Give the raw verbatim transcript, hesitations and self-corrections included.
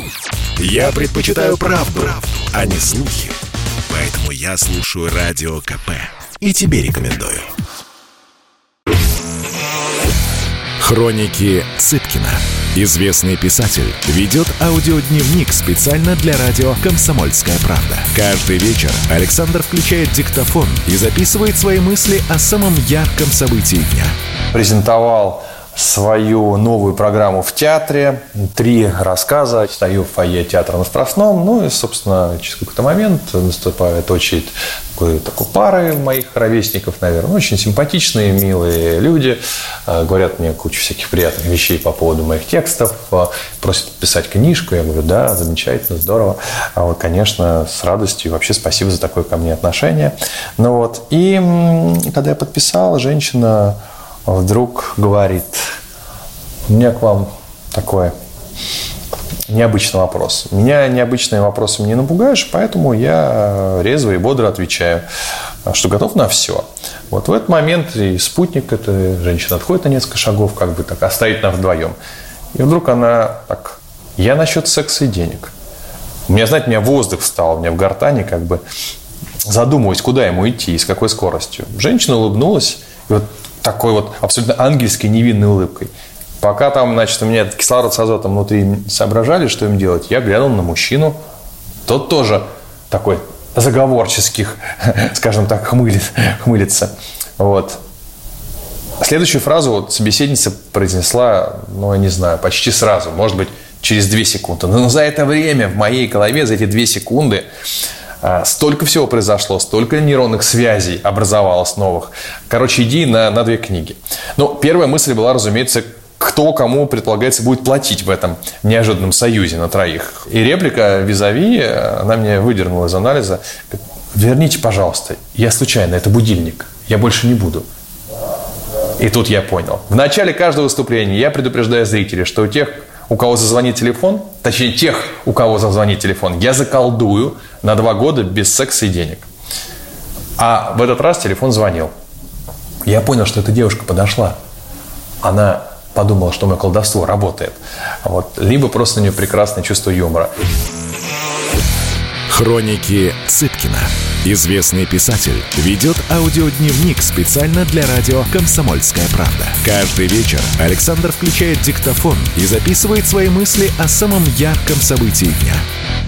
Я предпочитаю правду, правду, а не слухи. Поэтому я слушаю Радио КП. И тебе рекомендую. Хроники Цыпкина. Известный писатель ведет аудиодневник специально для радио «Комсомольская правда». Каждый вечер Александр включает диктофон и записывает свои мысли о самом ярком событии дня. Презентовал свою новую программу в театре. Три рассказа. Стою в фойе театра на Страстном. Ну и, собственно, через какой-то момент наступает очередь такой, такой пары моих ровесников, наверное. Очень симпатичные, милые люди. Говорят мне кучу всяких приятных вещей по поводу моих текстов. Просят писать книжку. Я говорю, да, замечательно, здорово. А вот, конечно, с радостью. Вообще спасибо за такое ко мне отношение. Ну вот. И когда я подписал, женщина вдруг говорит: у меня к вам такой необычный вопрос. Меня необычными вопросами не напугаешь, поэтому я резво и бодро отвечаю, что готов на все. Вот в этот момент и спутник, эта женщина отходит на несколько шагов, как бы так оставить нас вдвоем. И вдруг она так: я насчет секса и денег. У меня, знаете, у меня воздух встал, у меня в гортани, как бы задумываюсь, куда ему идти и с какой скоростью. Женщина улыбнулась, и вот такой вот абсолютно ангельской невинной улыбкой. Пока там, значит, у меня кислород с азотом внутри соображали, что им делать, я глянул на мужчину. Тот тоже такой заговорческих, скажем так, хмылит, хмылится. Вот. Следующую фразу вот собеседница произнесла, ну, я не знаю, почти сразу, может быть, через две секунды. Но за это время в моей голове, за эти две секунды, столько всего произошло, столько нейронных связей образовалось новых. Короче, идеи на, на две книги. Ну, первая мысль была, разумеется, кто кому, предполагается, будет платить в этом неожиданном союзе на троих. И реплика визави, она меня выдернула из анализа. Верните, пожалуйста, я случайно, это будильник, я больше не буду. И тут я понял. В начале каждого выступления я предупреждаю зрителей, что у тех, у кого зазвонит телефон, точнее тех, у кого зазвонит телефон, я заколдую на два года без секса и денег. А в этот раз телефон звонил. Я понял, что эта девушка подошла. Она подумала, что мое колдовство работает. Вот. Либо просто у нее прекрасное чувство юмора. Хроники Цыпкина. Известный писатель ведет аудиодневник специально для радио «Комсомольская правда». Каждый вечер Александр включает диктофон и записывает свои мысли о самом ярком событии дня.